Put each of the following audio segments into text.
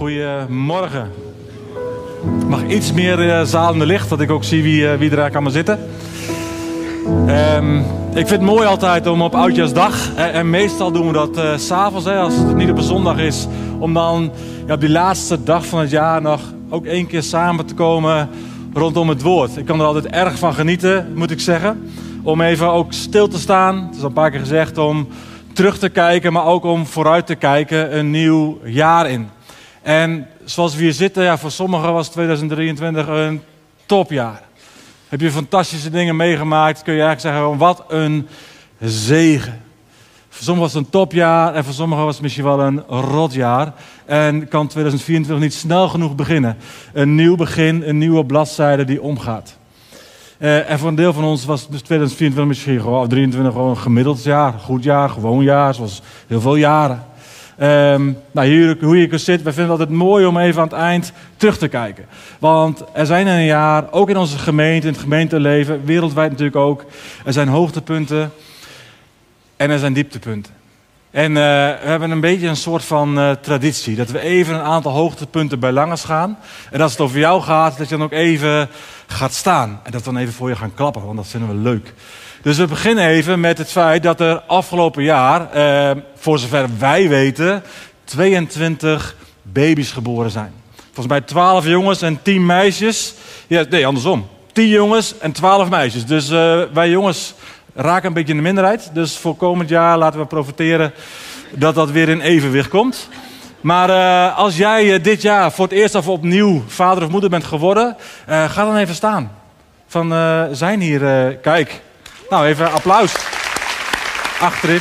Goedemorgen. Mag iets meer zalende licht, dat ik ook zie wie er kan maar zitten. Ik vind het mooi altijd om op Oudjaarsdag, en meestal doen we dat 's avonds, als het niet op een zondag is, om dan op die laatste dag van het jaar nog ook één keer samen te komen rondom het woord. Ik kan er altijd erg van genieten, moet ik zeggen. Om even ook stil te staan, het is al een paar keer gezegd, om terug te kijken, maar ook om vooruit te kijken, een nieuw jaar in. En zoals we hier zitten, voor sommigen was 2023 een topjaar. Heb je fantastische dingen meegemaakt, kun je eigenlijk zeggen, wat een zegen. Voor sommigen was het een topjaar en voor sommigen was het misschien wel een rotjaar. En kan 2024 niet snel genoeg beginnen. Een nieuw begin, een nieuwe bladzijde die omgaat. En voor een deel van ons was 2024 misschien gewoon, 23 gewoon een gemiddeld jaar. Goed jaar, gewoon jaar, zoals heel veel jaren. Hier, hoe je zit, wij vinden het altijd mooi om even aan het eind terug te kijken. Want er zijn in een jaar, ook in onze gemeente, in het gemeenteleven, wereldwijd natuurlijk ook, er zijn hoogtepunten en er zijn dieptepunten. En we hebben een beetje een soort van traditie, dat we even een aantal hoogtepunten bij langs gaan. En als het over jou gaat, dat je dan ook even gaat staan. En dat we dan even voor je gaan klappen, want dat vinden we leuk. Dus we beginnen even met het feit dat er afgelopen jaar, voor zover wij weten, 22 baby's geboren zijn. Volgens mij 12 jongens en 10 meisjes. Ja, nee, andersom. 10 jongens en 12 meisjes. Dus wij jongens raken een beetje in de minderheid. Dus voor komend jaar laten we profiteren dat dat weer in evenwicht komt. Maar als jij dit jaar voor het eerst of opnieuw vader of moeder bent geworden, ga dan even staan. Zijn hier, kijk. Nou, even applaus. Achterin.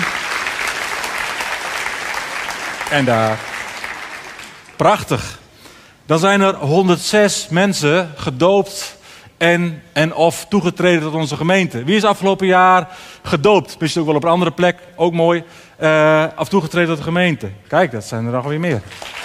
En daar. Prachtig. Dan zijn er 106 mensen gedoopt en of toegetreden tot onze gemeente. Wie is afgelopen jaar gedoopt? Misschien ook wel op een andere plek, ook mooi. Of toegetreden tot de gemeente. Kijk, dat zijn er nog weer meer.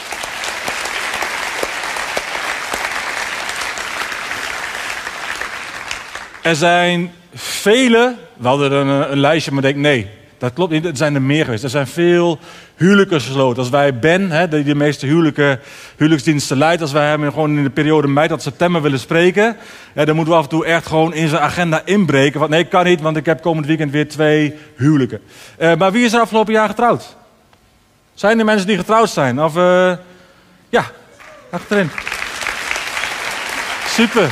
Er zijn vele, we hadden een lijstje, maar denk nee, dat klopt niet. Er zijn er meer geweest. Er zijn veel huwelijken gesloten. Als wij Ben, die de meeste huwelijksdiensten leidt, als wij hem gewoon in de periode mei tot september willen spreken, dan moeten we af en toe echt gewoon in zijn agenda inbreken. Want nee, kan niet, want ik heb komend weekend weer 2 huwelijken. Maar wie is er afgelopen jaar getrouwd? Zijn er mensen die getrouwd zijn? Of, ja, achterin. Super.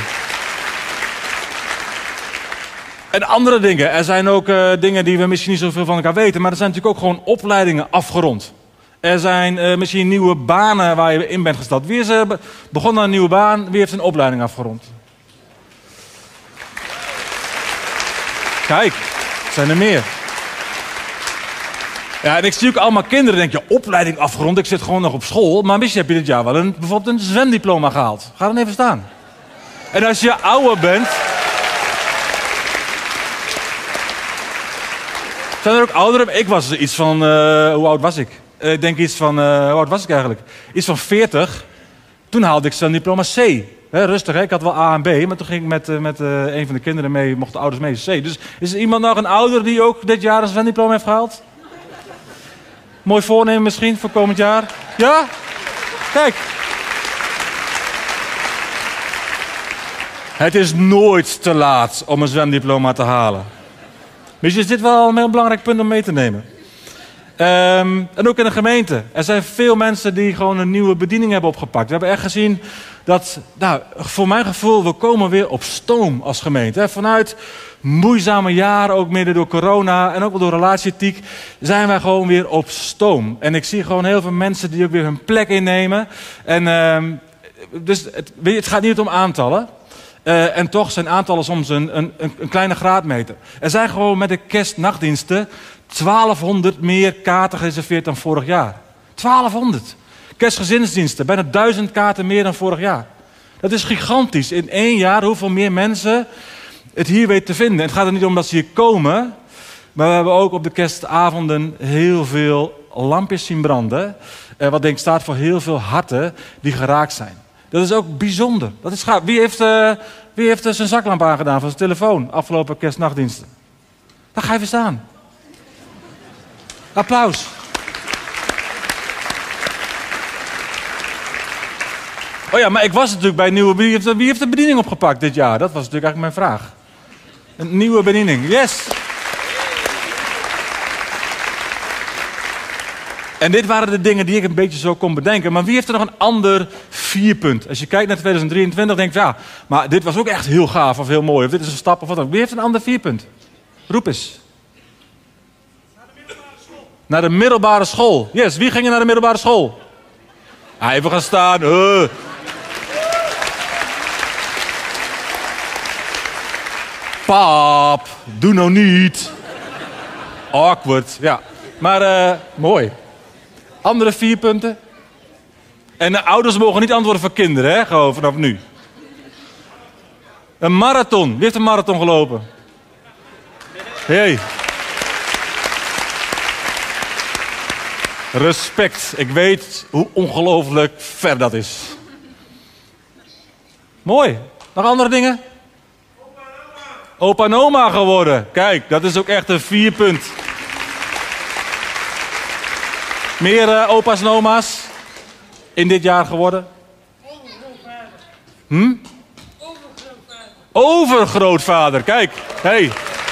En andere dingen. Er zijn ook dingen die we misschien niet zoveel van elkaar weten. Maar er zijn natuurlijk ook gewoon opleidingen afgerond. Er zijn misschien nieuwe banen waar je in bent gestapt. Wie is begonnen aan een nieuwe baan? Wie heeft een opleiding afgerond? Kijk, er zijn er meer. Ja, en ik zie ook allemaal kinderen denken, opleiding afgerond. Ik zit gewoon nog op school. Maar misschien heb je dit jaar wel bijvoorbeeld een zwemdiploma gehaald. Ga dan even staan. En als je ouder bent, zijn er ook ouderen? Ik was iets van, hoe oud was ik? Ik denk iets van, hoe oud was ik eigenlijk? Iets van 40. Toen haalde ik zo'n diploma C. Rustig, hè? Ik had wel A en B, maar toen ging ik met een van de kinderen mee, mochten ouders mee C. Dus is er iemand nog een ouder die ook dit jaar een zwemdiploma heeft gehaald? Mooi voornemen misschien voor komend jaar? Ja? Kijk. Het is nooit te laat om een zwemdiploma te halen. Misschien is dit wel een heel belangrijk punt om mee te nemen. En ook in de gemeente. Er zijn veel mensen die gewoon een nieuwe bediening hebben opgepakt. We hebben echt gezien dat, voor mijn gevoel, we komen weer op stoom als gemeente. Vanuit moeizame jaren, ook midden door corona en ook wel door relatietiek, zijn wij gewoon weer op stoom. En ik zie gewoon heel veel mensen die ook weer hun plek innemen. En dus het gaat niet om aantallen. En toch zijn aantallen soms een kleine graadmeter. Er zijn gewoon met de kerstnachtdiensten 1200 meer kaarten gereserveerd dan vorig jaar. 1200. Kerstgezinsdiensten, bijna 1000 kaarten meer dan vorig jaar. Dat is gigantisch. In 1 jaar hoeveel meer mensen het hier weten te vinden. En het gaat er niet om dat ze hier komen, maar we hebben ook op de kerstavonden heel veel lampjes zien branden. Wat denk ik staat voor heel veel harten die geraakt zijn. Dat is ook bijzonder. Dat is gaaf. Wie heeft zijn zaklamp aangedaan van zijn telefoon afgelopen kerstnachtdiensten? Dan ga even staan. Applaus. Oh ja, maar ik was natuurlijk bij Nieuwe Bediening. Wie heeft de bediening opgepakt dit jaar? Dat was natuurlijk eigenlijk mijn vraag. Een nieuwe bediening, yes! En dit waren de dingen die ik een beetje zo kon bedenken. Maar wie heeft er nog een ander 4-punt? Als je kijkt naar 2023, denk je, ja, maar dit was ook echt heel gaaf of heel mooi. Of dit is een stap of wat dan ook. Wie heeft een ander 4-punt? Roep eens. Naar de middelbare school. Yes, wie ging er naar de middelbare school? Even gaan staan. Pap, doe nou niet. Awkward, ja. Maar mooi. Andere 4 punten? En de ouders mogen niet antwoorden voor kinderen, hè? Gewoon vanaf nu. Een marathon. Wie heeft een marathon gelopen? Hey. Respect. Ik weet hoe ongelooflijk ver dat is. Mooi. Nog andere dingen? Opa en oma geworden. Kijk, dat is ook echt een 4-punt. Meer opa's en oma's in dit jaar geworden? Overgrootvader, kijk. Hey.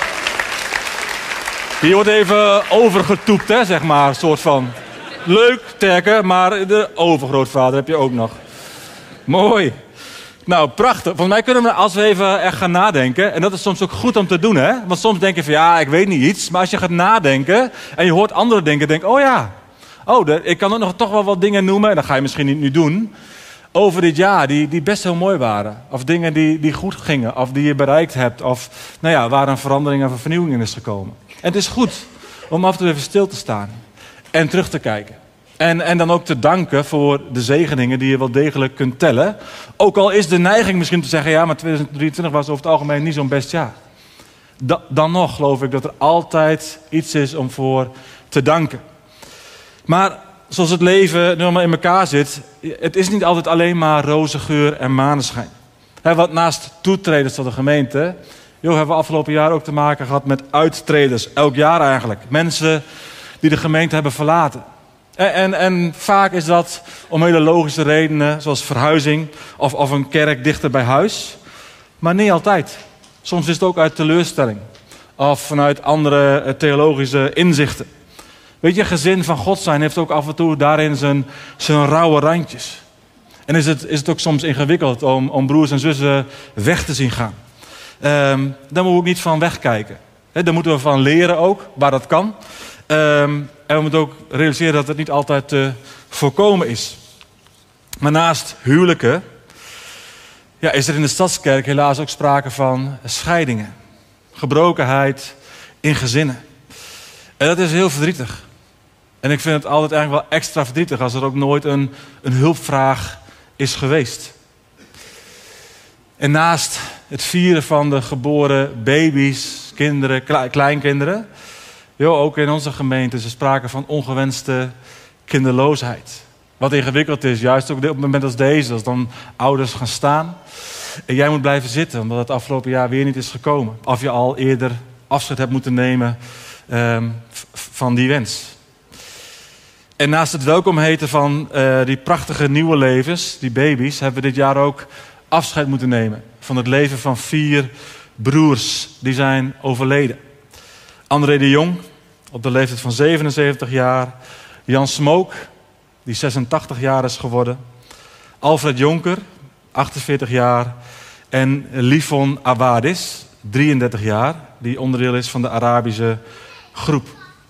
Hier wordt even overgetoept, hè, zeg maar, soort van. Leuk, terken, maar de overgrootvader heb je ook nog. Mooi. Nou, prachtig. Volgens mij kunnen we, als we even echt gaan nadenken... en dat is soms ook goed om te doen, hè. Want soms denk je van, ja, ik weet niet iets. Maar als je gaat nadenken en je hoort anderen denken... denk oh ja, ik kan ook nog toch wel wat dingen noemen... en dat ga je misschien niet nu doen... over dit jaar, die best heel mooi waren. Of dingen die goed gingen, of die je bereikt hebt... of nou ja, waar een verandering of een vernieuwing in is gekomen. En het is goed om af en toe even stil te staan... en terug te kijken. En dan ook te danken voor de zegeningen die je wel degelijk kunt tellen. Ook al is de neiging misschien te zeggen... ja, maar 2023 was over het algemeen niet zo'n best jaar. Dan nog geloof ik dat er altijd iets is om voor te danken. Maar zoals het leven nu allemaal in elkaar zit... het is niet altijd alleen maar roze geur en maneschijn. Want naast toetreders tot de gemeente... hebben we afgelopen jaar ook te maken gehad met uittreders. Elk jaar eigenlijk. Mensen die de gemeente hebben verlaten. En vaak is dat om hele logische redenen, zoals verhuizing of een kerk dichter bij huis. Maar niet altijd. Soms is het ook uit teleurstelling. Of vanuit andere theologische inzichten. Weet je, gezin van God zijn heeft ook af en toe daarin zijn rauwe randjes. En is het ook soms ingewikkeld om broers en zussen weg te zien gaan. Daar moeten we ook niet van wegkijken. Daar moeten we van leren ook, waar dat kan. En we moeten ook realiseren dat het niet altijd te voorkomen is. Maar naast huwelijken... is er in de Stadskerk helaas ook sprake van scheidingen. Gebrokenheid in gezinnen. En dat is heel verdrietig. En ik vind het altijd eigenlijk wel extra verdrietig... als er ook nooit een hulpvraag is geweest. En naast het vieren van de geboren baby's, kinderen, kleinkinderen... ook in onze gemeente is er sprake van ongewenste kinderloosheid. Wat ingewikkeld is, juist ook op een moment als deze... als dan ouders gaan staan en jij moet blijven zitten... omdat het afgelopen jaar weer niet is gekomen. Of je al eerder afscheid hebt moeten nemen van die wens. En naast het welkom heten van die prachtige nieuwe levens, die baby's... hebben we dit jaar ook afscheid moeten nemen... van het leven van 4 broers die zijn overleden. André de Jong, op de leeftijd van 77 jaar. Jan Smook, die 86 jaar is geworden. Alfred Jonker, 48 jaar. En Livon Awadis, 33 jaar. Die onderdeel is van de Arabische groep.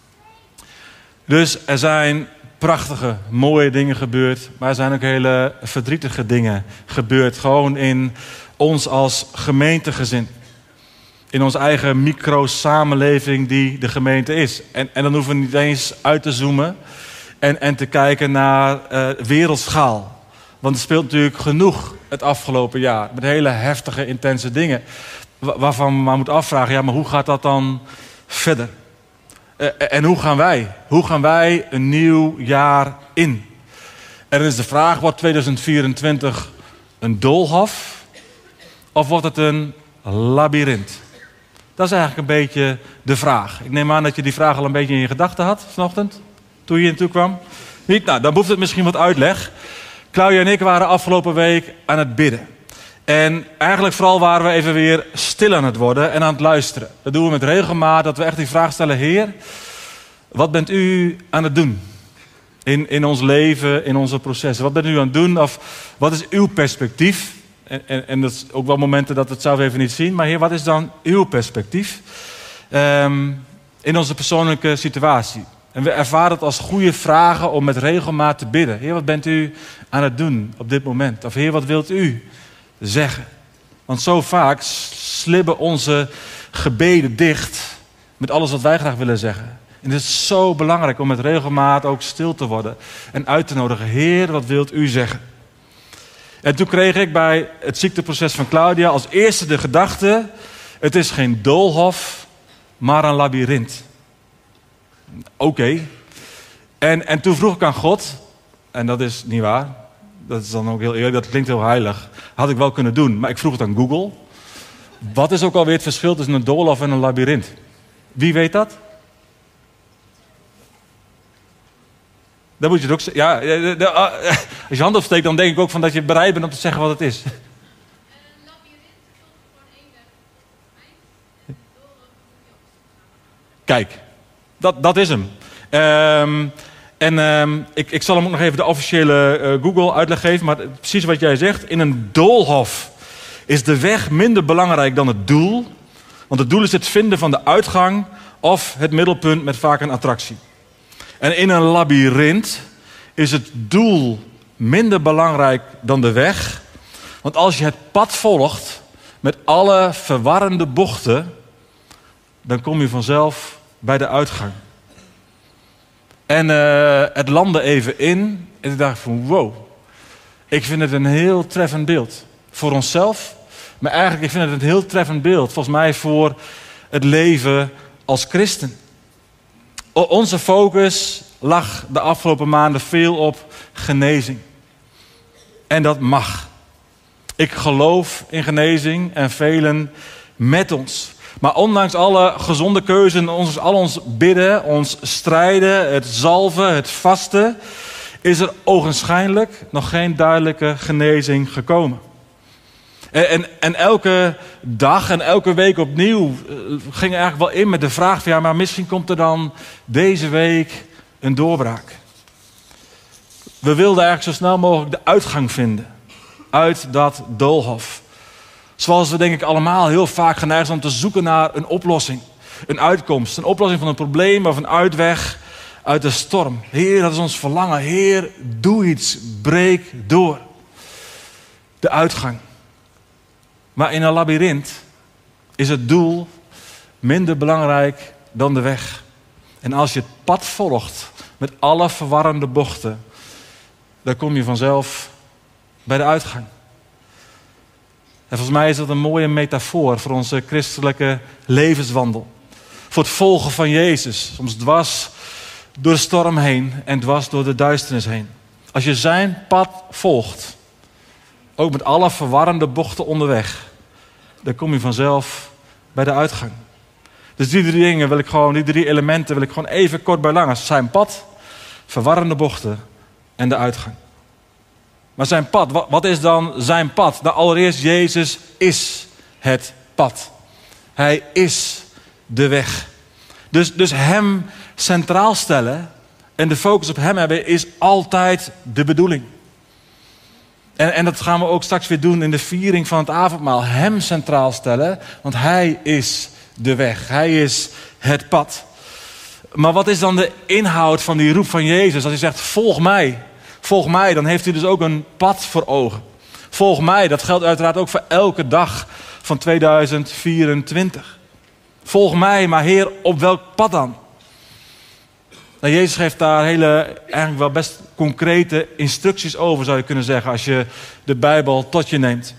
Dus er zijn prachtige, mooie dingen gebeurd. Maar er zijn ook hele verdrietige dingen gebeurd. Gewoon in ons als gemeentegezin. In onze eigen micro-samenleving die de gemeente is. En dan hoeven we niet eens uit te zoomen en te kijken naar wereldschaal. Want er speelt natuurlijk genoeg het afgelopen jaar. Met hele heftige, intense dingen. Waarvan we maar moeten afvragen, ja, maar hoe gaat dat dan verder? En hoe gaan wij? Hoe gaan wij een nieuw jaar in? En dan is de vraag, wordt 2024 een doolhof? Of wordt het een labyrint? Dat is eigenlijk een beetje de vraag. Ik neem aan dat je die vraag al een beetje in je gedachten had vanochtend, toen je hier naartoe kwam. Niet? Nou, dan behoeft het misschien wat uitleg. Claudia en ik waren afgelopen week aan het bidden. En eigenlijk vooral waren we even weer stil aan het worden en aan het luisteren. Dat doen we met regelmaat, dat we echt die vraag stellen: Heer, wat bent u aan het doen? In ons leven, in onze processen. Wat bent u aan het doen? Of wat is uw perspectief? En dat is ook wel momenten dat we het zelf even niet zien. Maar Heer, wat is dan uw perspectief? In onze persoonlijke situatie. En we ervaren het als goede vragen om met regelmaat te bidden. Heer, wat bent u aan het doen op dit moment? Of Heer, wat wilt u zeggen? Want zo vaak slibben onze gebeden dicht met alles wat wij graag willen zeggen. En het is zo belangrijk om met regelmaat ook stil te worden en uit te nodigen. Heer, wat wilt u zeggen? En toen kreeg ik bij het ziekteproces van Claudia als eerste de gedachte: het is geen doolhof, maar een labyrint. Oké. En toen vroeg ik aan God, en dat is niet waar, dat is dan ook heel eerlijk, dat klinkt heel heilig. Had ik wel kunnen doen, maar ik vroeg het aan Google. Wat is ook alweer het verschil tussen een doolhof en een labyrint? Wie weet dat? Dan moet je het ook zeggen. Ja, als je hand opsteekt, dan denk ik ook van dat je bereid bent om te zeggen wat het is. Een labyrint tot gewoon één weg. Kijk, dat is hem. Ik zal hem ook nog even de officiële Google uitleg geven. Maar precies wat jij zegt. In een doolhof is de weg minder belangrijk dan het doel. Want het doel is het vinden van de uitgang of het middelpunt met vaak een attractie. En in een labyrint is het doel minder belangrijk dan de weg. Want als je het pad volgt met alle verwarrende bochten, dan kom je vanzelf bij de uitgang. En het landde even in en ik dacht van wow, ik vind het een heel treffend beeld. Voor onszelf, maar eigenlijk ik vind het een heel treffend beeld. Volgens mij voor het leven als christen. Onze focus lag de afgelopen maanden veel op genezing. En dat mag. Ik geloof in genezing en velen met ons. Maar ondanks alle gezonde keuzen, al ons bidden, ons strijden, het zalven, het vasten, is er ogenschijnlijk nog geen duidelijke genezing gekomen. En elke dag en elke week opnieuw ging er eigenlijk wel in met de vraag van ja, maar misschien komt er dan deze week een doorbraak. We wilden eigenlijk zo snel mogelijk de uitgang vinden uit dat doolhof. Zoals we denk ik allemaal heel vaak geneigd zijn om te zoeken naar een oplossing. Een uitkomst, een oplossing van een probleem of een uitweg uit de storm. Heer, dat is ons verlangen. Heer, doe iets, breek door. De uitgang. Maar in een labyrint is het doel minder belangrijk dan de weg. En als je het pad volgt met alle verwarrende bochten, dan kom je vanzelf bij de uitgang. En volgens mij is dat een mooie metafoor voor onze christelijke levenswandel. Voor het volgen van Jezus. Soms dwars door de storm heen en dwars door de duisternis heen. Als je zijn pad volgt, ook met alle verwarrende bochten onderweg, dan kom je vanzelf bij de uitgang. Dus die drie elementen wil ik gewoon even kort bij langs. Zijn pad, verwarrende bochten en de uitgang. Maar zijn pad, wat is dan zijn pad? Nou, allereerst, Jezus is het pad. Hij is de weg. Dus hem centraal stellen en de focus op hem hebben is altijd de bedoeling. En dat gaan we ook straks weer doen in de viering van het avondmaal. Hem centraal stellen, want hij is de weg. Hij is het pad. Maar wat is dan de inhoud van die roep van Jezus? Als hij zegt, volg mij, dan heeft hij dus ook een pad voor ogen. Volg mij, dat geldt uiteraard ook voor elke dag van 2024. Volg mij, maar Heer, op welk pad dan? Nou, Jezus geeft daar eigenlijk wel best concrete instructies over, zou je kunnen zeggen, als je de Bijbel tot je neemt.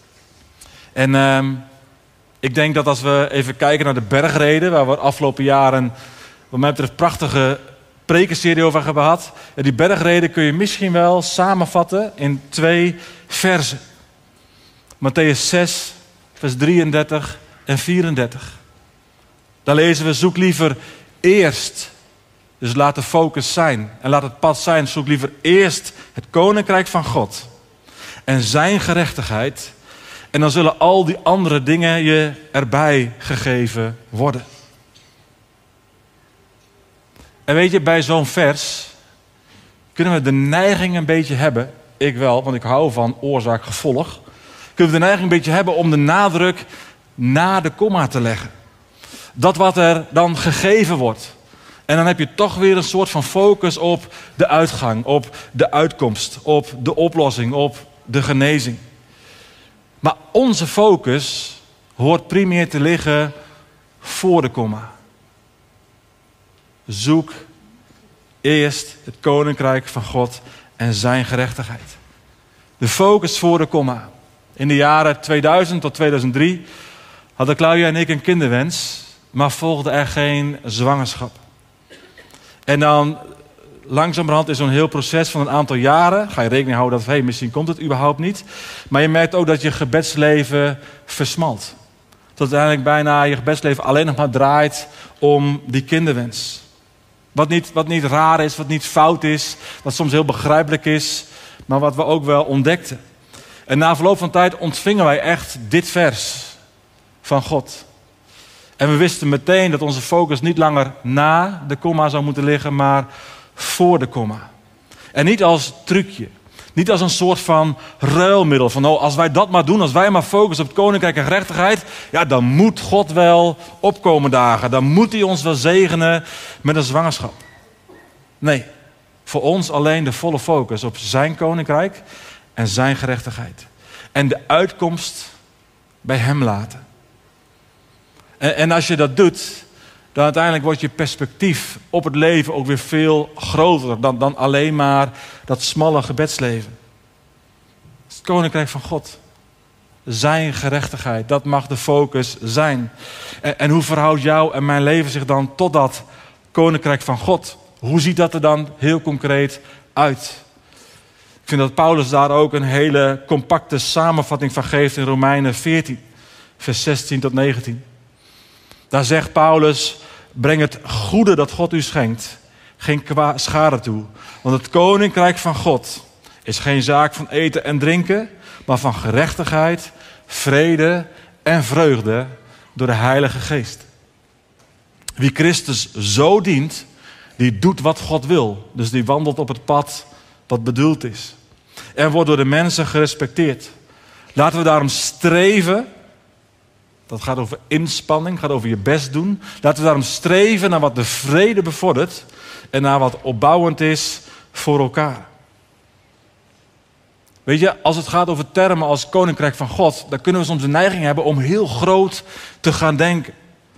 En ik denk dat als we even kijken naar de bergreden, waar we de afgelopen jaren, wat mij betreft, prachtige prekenserie over hebben gehad. En die bergreden kun je misschien wel samenvatten in 2 versen. Mattheüs 6, vers 33 en 34. Daar lezen we, zoek liever eerst Dus laat de focus zijn en laat het pad zijn. Zoek liever eerst het koninkrijk van God en zijn gerechtigheid. En dan zullen al die andere dingen je erbij gegeven worden. En weet je, bij zo'n vers kunnen we de neiging een beetje hebben. Ik wel, want ik hou van oorzaak-gevolg. Kunnen we de neiging een beetje hebben om de nadruk na de komma te leggen. Dat wat er dan gegeven wordt. En dan heb je toch weer een soort van focus op de uitgang, op de uitkomst, op de oplossing, op de genezing. Maar onze focus hoort primair te liggen voor de komma. Zoek eerst het koninkrijk van God en zijn gerechtigheid. De focus voor de komma. In de jaren 2000 tot 2003 hadden Claudia en ik een kinderwens, maar volgde er geen zwangerschap. En dan langzamerhand is zo'n heel proces van een aantal jaren, ga je rekening houden dat misschien komt het überhaupt niet. Maar je merkt ook dat je gebedsleven versmalt. Dat uiteindelijk bijna je gebedsleven alleen nog maar draait om die kinderwens. Wat niet raar is, wat niet fout is, wat soms heel begrijpelijk is, maar wat we ook wel ontdekten. En na verloop van tijd ontvingen wij echt dit vers van God. En we wisten meteen dat onze focus niet langer na de komma zou moeten liggen, maar voor de komma. En niet als trucje. Niet als een soort van ruilmiddel. Van als wij dat maar doen, als wij maar focussen op het koninkrijk en gerechtigheid, ja, dan moet God wel opkomen dagen. Dan moet hij ons wel zegenen met een zwangerschap. Nee, voor ons alleen de volle focus op zijn koninkrijk en zijn gerechtigheid. En de uitkomst bij hem laten. En als je dat doet, dan uiteindelijk wordt je perspectief op het leven ook weer veel groter dan alleen maar dat smalle gebedsleven. Het is het koninkrijk van God. Zijn gerechtigheid, dat mag de focus zijn. En hoe verhoudt jou en mijn leven zich dan tot dat koninkrijk van God? Hoe ziet dat er dan heel concreet uit? Ik vind dat Paulus daar ook een hele compacte samenvatting van geeft in Romeinen 14, vers 16 tot 19. Daar zegt Paulus: breng het goede dat God u schenkt geen schade toe. Want het koninkrijk van God is geen zaak van eten en drinken, maar van gerechtigheid, vrede en vreugde door de Heilige Geest. Wie Christus zo dient, die doet wat God wil. Dus die wandelt op het pad wat bedoeld is. En wordt door de mensen gerespecteerd. Laten we daarom streven. Dat gaat over inspanning, gaat over je best doen. Laten we daarom streven naar wat de vrede bevordert en naar wat opbouwend is voor elkaar. Weet je, als het gaat over termen als koninkrijk van God, dan kunnen we soms de neiging hebben om heel groot te gaan denken.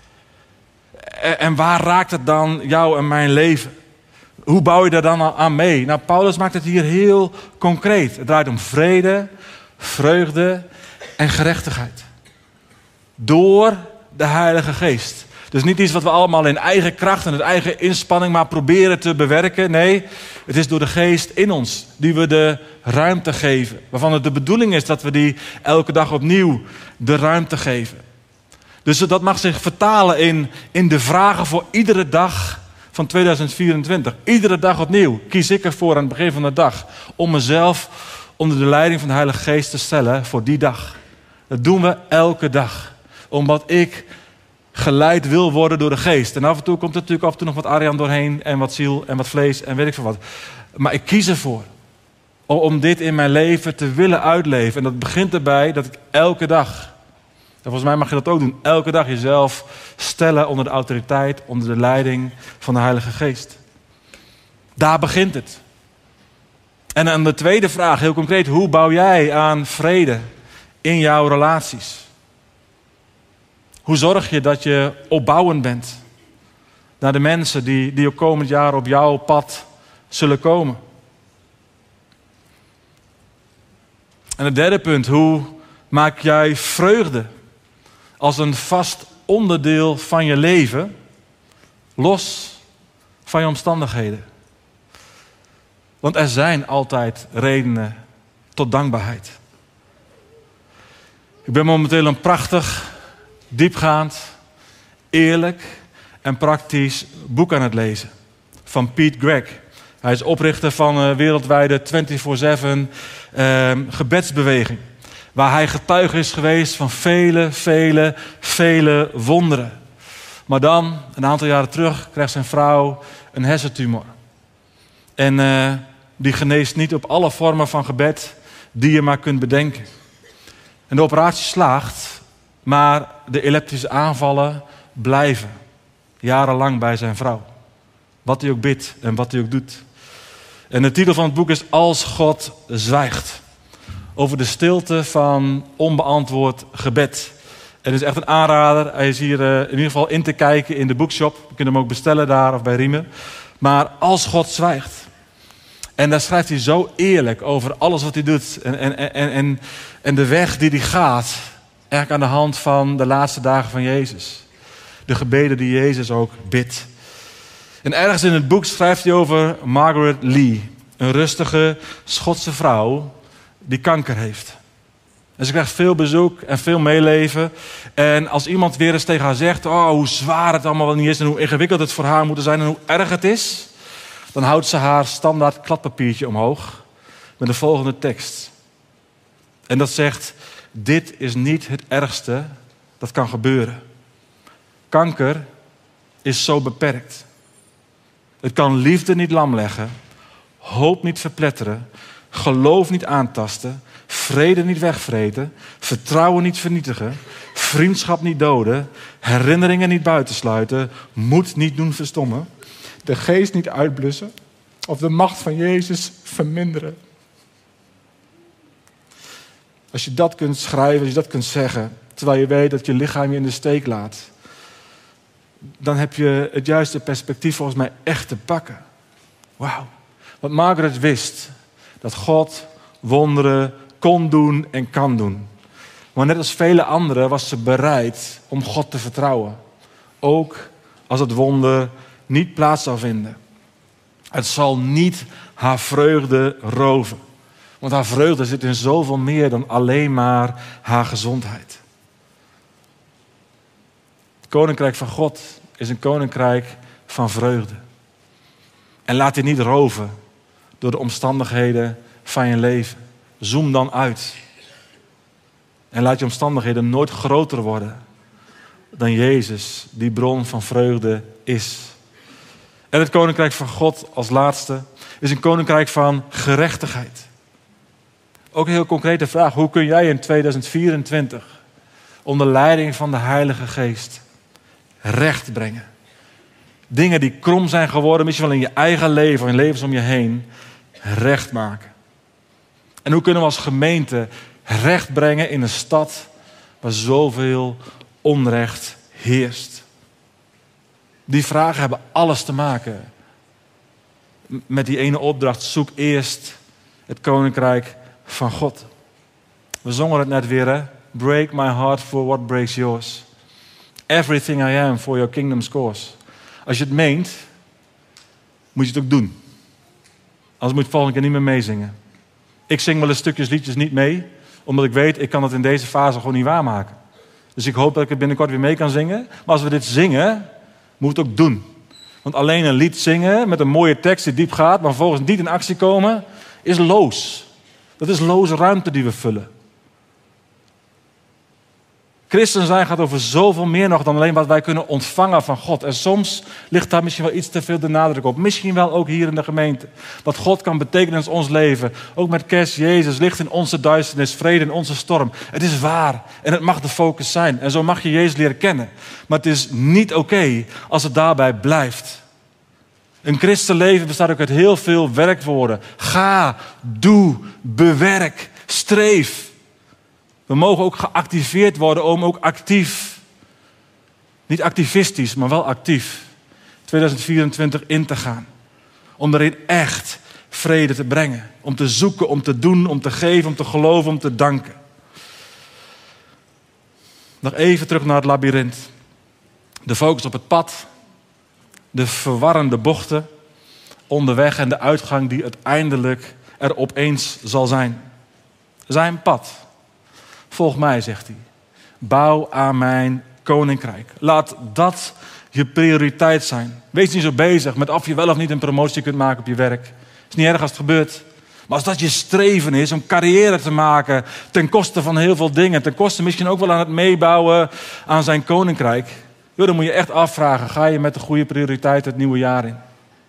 En waar raakt het dan jou en mijn leven? Hoe bouw je daar dan aan mee? Nou, Paulus maakt het hier heel concreet. Het draait om vrede, vreugde en gerechtigheid. Door de Heilige Geest. Dus niet iets wat we allemaal in eigen kracht en het eigen inspanning maar proberen te bewerken. Nee, het is door de Geest in ons die we de ruimte geven. Waarvan het de bedoeling is dat we die elke dag opnieuw de ruimte geven. Dus dat mag zich vertalen in de vragen voor iedere dag van 2024. Iedere dag opnieuw kies ik ervoor aan het begin van de dag om mezelf onder de leiding van de Heilige Geest te stellen voor die dag. Dat doen we elke dag. Omdat ik geleid wil worden door de Geest. En af en toe komt er natuurlijk af en toe nog wat Arjan doorheen. En wat ziel en wat vlees en weet ik veel wat. Maar ik kies ervoor. Om dit in mijn leven te willen uitleven. En dat begint erbij dat ik elke dag. En volgens mij mag je dat ook doen. Elke dag jezelf stellen onder de autoriteit. Onder de leiding van de Heilige Geest. Daar begint het. En dan de tweede vraag, heel concreet. Hoe bouw jij aan vrede in jouw relaties? Hoe zorg je dat je opbouwend bent naar de mensen die ook komend jaar op jouw pad zullen komen? En het derde punt, hoe maak jij vreugde als een vast onderdeel van je leven, los van je omstandigheden? Want er zijn altijd redenen tot dankbaarheid. Ik ben momenteel een prachtig, diepgaand, eerlijk en praktisch boek aan het lezen. van Pete Greig. Hij is oprichter van een wereldwijde 24/7 gebedsbeweging. Waar hij getuige is geweest van vele wonderen. Maar dan, een aantal jaren terug, krijgt zijn vrouw een hersentumor. En die geneest niet op alle vormen van gebed die je maar kunt bedenken. En de operatie slaagt, maar de epileptische aanvallen blijven. Jarenlang bij zijn vrouw. Wat hij ook bidt en wat hij ook doet. En de titel van het boek is Als God zwijgt. Over de stilte van onbeantwoord gebed. En het is echt een aanrader. Hij is hier in ieder geval in te kijken in de boekshop. Je kunt hem ook bestellen daar of bij Riemen. Maar Als God zwijgt. En daar schrijft hij zo eerlijk over alles wat hij doet. En de weg die hij gaat. Eigenlijk aan de hand van de laatste dagen van Jezus. De gebeden die Jezus ook bidt. En ergens in het boek schrijft hij over Margaret Lee. Een rustige Schotse vrouw die kanker heeft. En ze krijgt veel bezoek en veel meeleven. En als iemand weer eens tegen haar zegt, hoe zwaar het allemaal wel niet is en hoe ingewikkeld het voor haar moet zijn en hoe erg het is, dan houdt ze haar standaard kladpapiertje omhoog met de volgende tekst. En dat zegt, dit is niet het ergste dat kan gebeuren. Kanker is zo beperkt. Het kan liefde niet lamleggen, hoop niet verpletteren, geloof niet aantasten, vrede niet wegvreten, vertrouwen niet vernietigen, vriendschap niet doden, herinneringen niet buitensluiten, moed niet doen verstommen, de geest niet uitblussen of de macht van Jezus verminderen. Als je dat kunt schrijven, als je dat kunt zeggen, terwijl je weet dat je lichaam je in de steek laat, dan heb je het juiste perspectief volgens mij echt te pakken. Wauw. Want Margaret wist dat God wonderen kon doen en kan doen. Maar net als vele anderen was ze bereid om God te vertrouwen. Ook als het wonder niet plaats zou vinden. Het zal niet haar vreugde roven. Want haar vreugde zit in zoveel meer dan alleen maar haar gezondheid. Het koninkrijk van God is een koninkrijk van vreugde. En laat je niet roven door de omstandigheden van je leven. Zoom dan uit. En laat je omstandigheden nooit groter worden dan Jezus, die bron van vreugde is. En het koninkrijk van God als laatste is een koninkrijk van gerechtigheid. Ook een heel concrete vraag. Hoe kun jij in 2024 onder leiding van de Heilige Geest recht brengen? Dingen die krom zijn geworden, misschien wel in je eigen leven of in levens om je heen, recht maken. En hoe kunnen we als gemeente recht brengen in een stad waar zoveel onrecht heerst? Die vragen hebben alles te maken met die ene opdracht. Zoek eerst het koninkrijk van God. We zongen het net weer, hè? Break my heart for what breaks yours. Everything I am for your kingdom's cause. Als je het meent, moet je het ook doen. Anders moet je het volgende keer niet meer meezingen. Ik zing wel eens stukjes liedjes niet mee, omdat ik weet, ik kan het in deze fase gewoon niet waarmaken. Dus ik hoop dat ik het binnenkort weer mee kan zingen. Maar als we dit zingen, moet het ook doen. Want alleen een lied zingen met een mooie tekst die diep gaat, maar vervolgens niet in actie komen, is loos. Dat is loze ruimte die we vullen. Christen zijn gaat over zoveel meer nog dan alleen wat wij kunnen ontvangen van God. En soms ligt daar misschien wel iets te veel de nadruk op. Misschien wel ook hier in de gemeente. Wat God kan betekenen in ons leven. Ook met kerst, Jezus, licht in onze duisternis, vrede in onze storm. Het is waar en het mag de focus zijn. En zo mag je Jezus leren kennen. Maar het is niet oké als het daarbij blijft. Een christenleven bestaat ook uit heel veel werkwoorden. Ga, doe, bewerk, streef. We mogen ook geactiveerd worden om ook actief, niet activistisch, maar wel actief, 2024 in te gaan. Om daarin echt vrede te brengen. Om te zoeken, om te doen, om te geven, om te geloven, om te danken. Nog even terug naar het labyrint. De focus op het pad. De verwarrende bochten onderweg en de uitgang die uiteindelijk er opeens zal zijn. Zijn pad. Volg mij, zegt hij. Bouw aan mijn koninkrijk. Laat dat je prioriteit zijn. Wees niet zo bezig met of je wel of niet een promotie kunt maken op je werk. Het is niet erg als het gebeurt. Maar als dat je streven is om carrière te maken ten koste van heel veel dingen, ten koste misschien ook wel aan het meebouwen aan zijn koninkrijk, dan moet je echt afvragen, ga je met de goede prioriteit het nieuwe jaar in?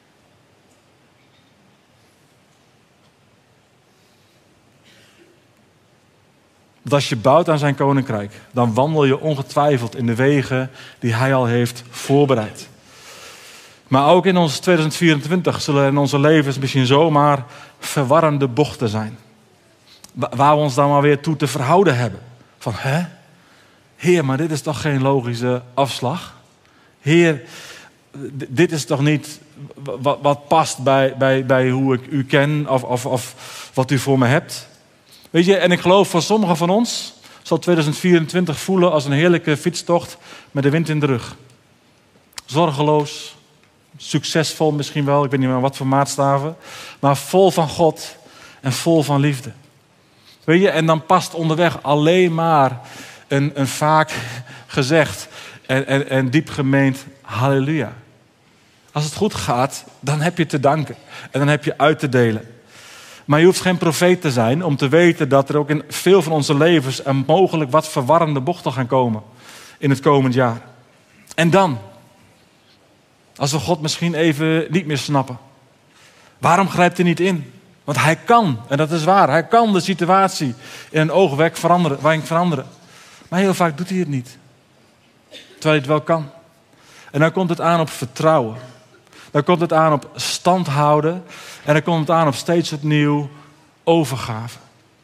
Want als je bouwt aan zijn koninkrijk, dan wandel je ongetwijfeld in de wegen die hij al heeft voorbereid. Maar ook in ons 2024 zullen er in onze levens misschien zomaar verwarrende bochten zijn. Waar we ons dan maar weer toe te verhouden hebben. Van, Heer, maar dit is toch geen logische afslag? Heer, dit is toch niet wat past bij hoe ik u ken of wat u voor me hebt? Weet je, en ik geloof voor sommigen van ons zal 2024 voelen als een heerlijke fietstocht met de wind in de rug. Zorgeloos, succesvol misschien wel, ik weet niet meer wat voor maatstaven, maar vol van God en vol van liefde. Weet je, en dan past onderweg alleen maar een vaak gezegd en diep gemeend halleluja. Als het goed gaat, dan heb je te danken en dan heb je uit te delen. Maar je hoeft geen profeet te zijn om te weten dat er ook in veel van onze levens er mogelijk wat verwarrende bochten gaan komen in het komend jaar. En dan, als we God misschien even niet meer snappen. Waarom grijpt hij niet in? Want hij kan, en dat is waar, hij kan de situatie in een oogwenk veranderen. Maar heel vaak doet hij het niet. Terwijl hij het wel kan. En dan komt het aan op vertrouwen. Dan komt het aan op stand houden. En dan komt het aan op steeds opnieuw overgave.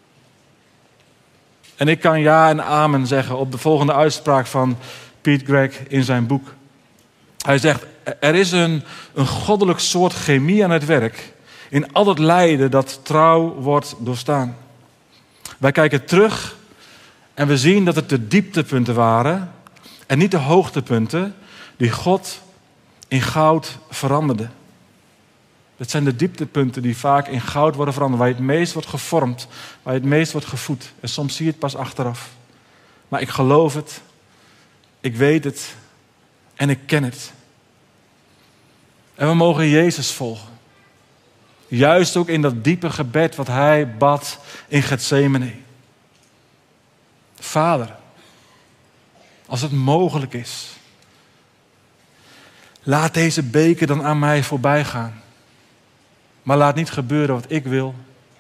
En ik kan ja en amen zeggen op de volgende uitspraak van Pete Greig in zijn boek. Hij zegt, er is een goddelijk soort chemie aan het werk in al het lijden dat trouw wordt doorstaan. Wij kijken terug en we zien dat het de dieptepunten waren en niet de hoogtepunten die God in goud veranderde. Dat zijn de dieptepunten die vaak in goud worden veranderd, waar je het meest wordt gevormd, waar je het meest wordt gevoed. En soms zie je het pas achteraf. Maar ik geloof het, ik weet het en ik ken het. En we mogen Jezus volgen. Juist ook in dat diepe gebed wat hij bad in Getsemane. Vader, als het mogelijk is, laat deze beker dan aan mij voorbij gaan. Maar laat niet gebeuren wat ik wil,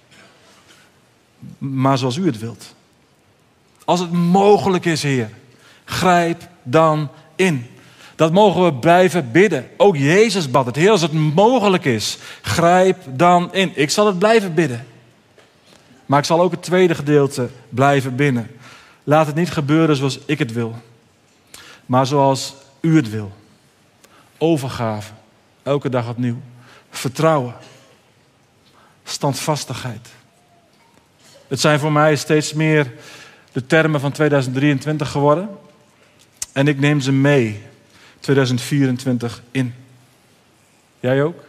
maar zoals u het wilt. Als het mogelijk is, Heer, grijp dan in. Dat mogen we blijven bidden. Ook Jezus bad het. Heer, als het mogelijk is, grijp dan in. Ik zal het blijven bidden. Maar ik zal ook het tweede gedeelte blijven bidden. Laat het niet gebeuren zoals ik het wil, maar zoals u het wil. Overgave, elke dag opnieuw. Vertrouwen. Standvastigheid. Het zijn voor mij steeds meer de termen van 2023 geworden. En ik neem ze mee 2024 in. Jij ook?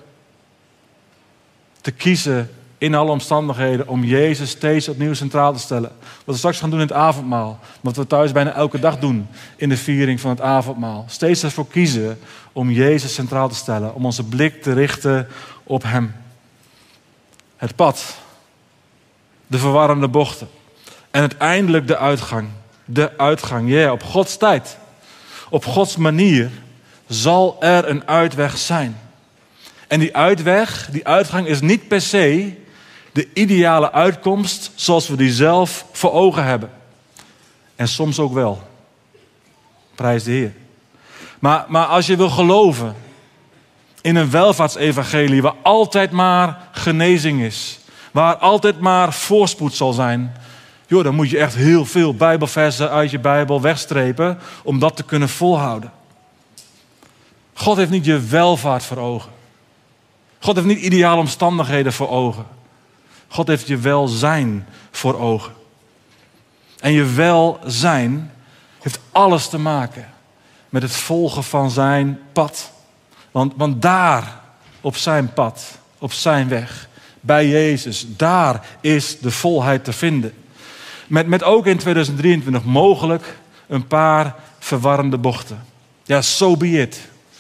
Te kiezen in alle omstandigheden om Jezus steeds opnieuw centraal te stellen. Wat we straks gaan doen in het avondmaal. Wat we thuis bijna elke dag doen in de viering van het avondmaal. Steeds ervoor kiezen om Jezus centraal te stellen. Om onze blik te richten op hem. Het pad. De verwarrende bochten. En uiteindelijk de uitgang. De uitgang, op Gods tijd. Op Gods manier zal er een uitweg zijn. En die uitgang is niet per se de ideale uitkomst zoals we die zelf voor ogen hebben. En soms ook wel. Prijs de Heer. Maar als je wil geloven in een welvaartsevangelie waar altijd maar genezing is, waar altijd maar voorspoed zal zijn, dan moet je echt heel veel Bijbelversen uit je Bijbel wegstrepen om dat te kunnen volhouden. God heeft niet je welvaart voor ogen. God heeft niet ideale omstandigheden voor ogen. God heeft je welzijn voor ogen. En je welzijn heeft alles te maken met het volgen van zijn pad. Want daar, op zijn pad, op zijn weg, bij Jezus, daar is de volheid te vinden. Met ook in 2023 mogelijk een paar verwarrende bochten. Ja, so be it.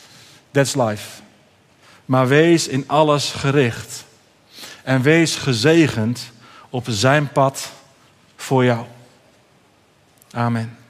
That's life. Maar wees in alles gericht. En wees gezegend op zijn pad voor jou. Amen.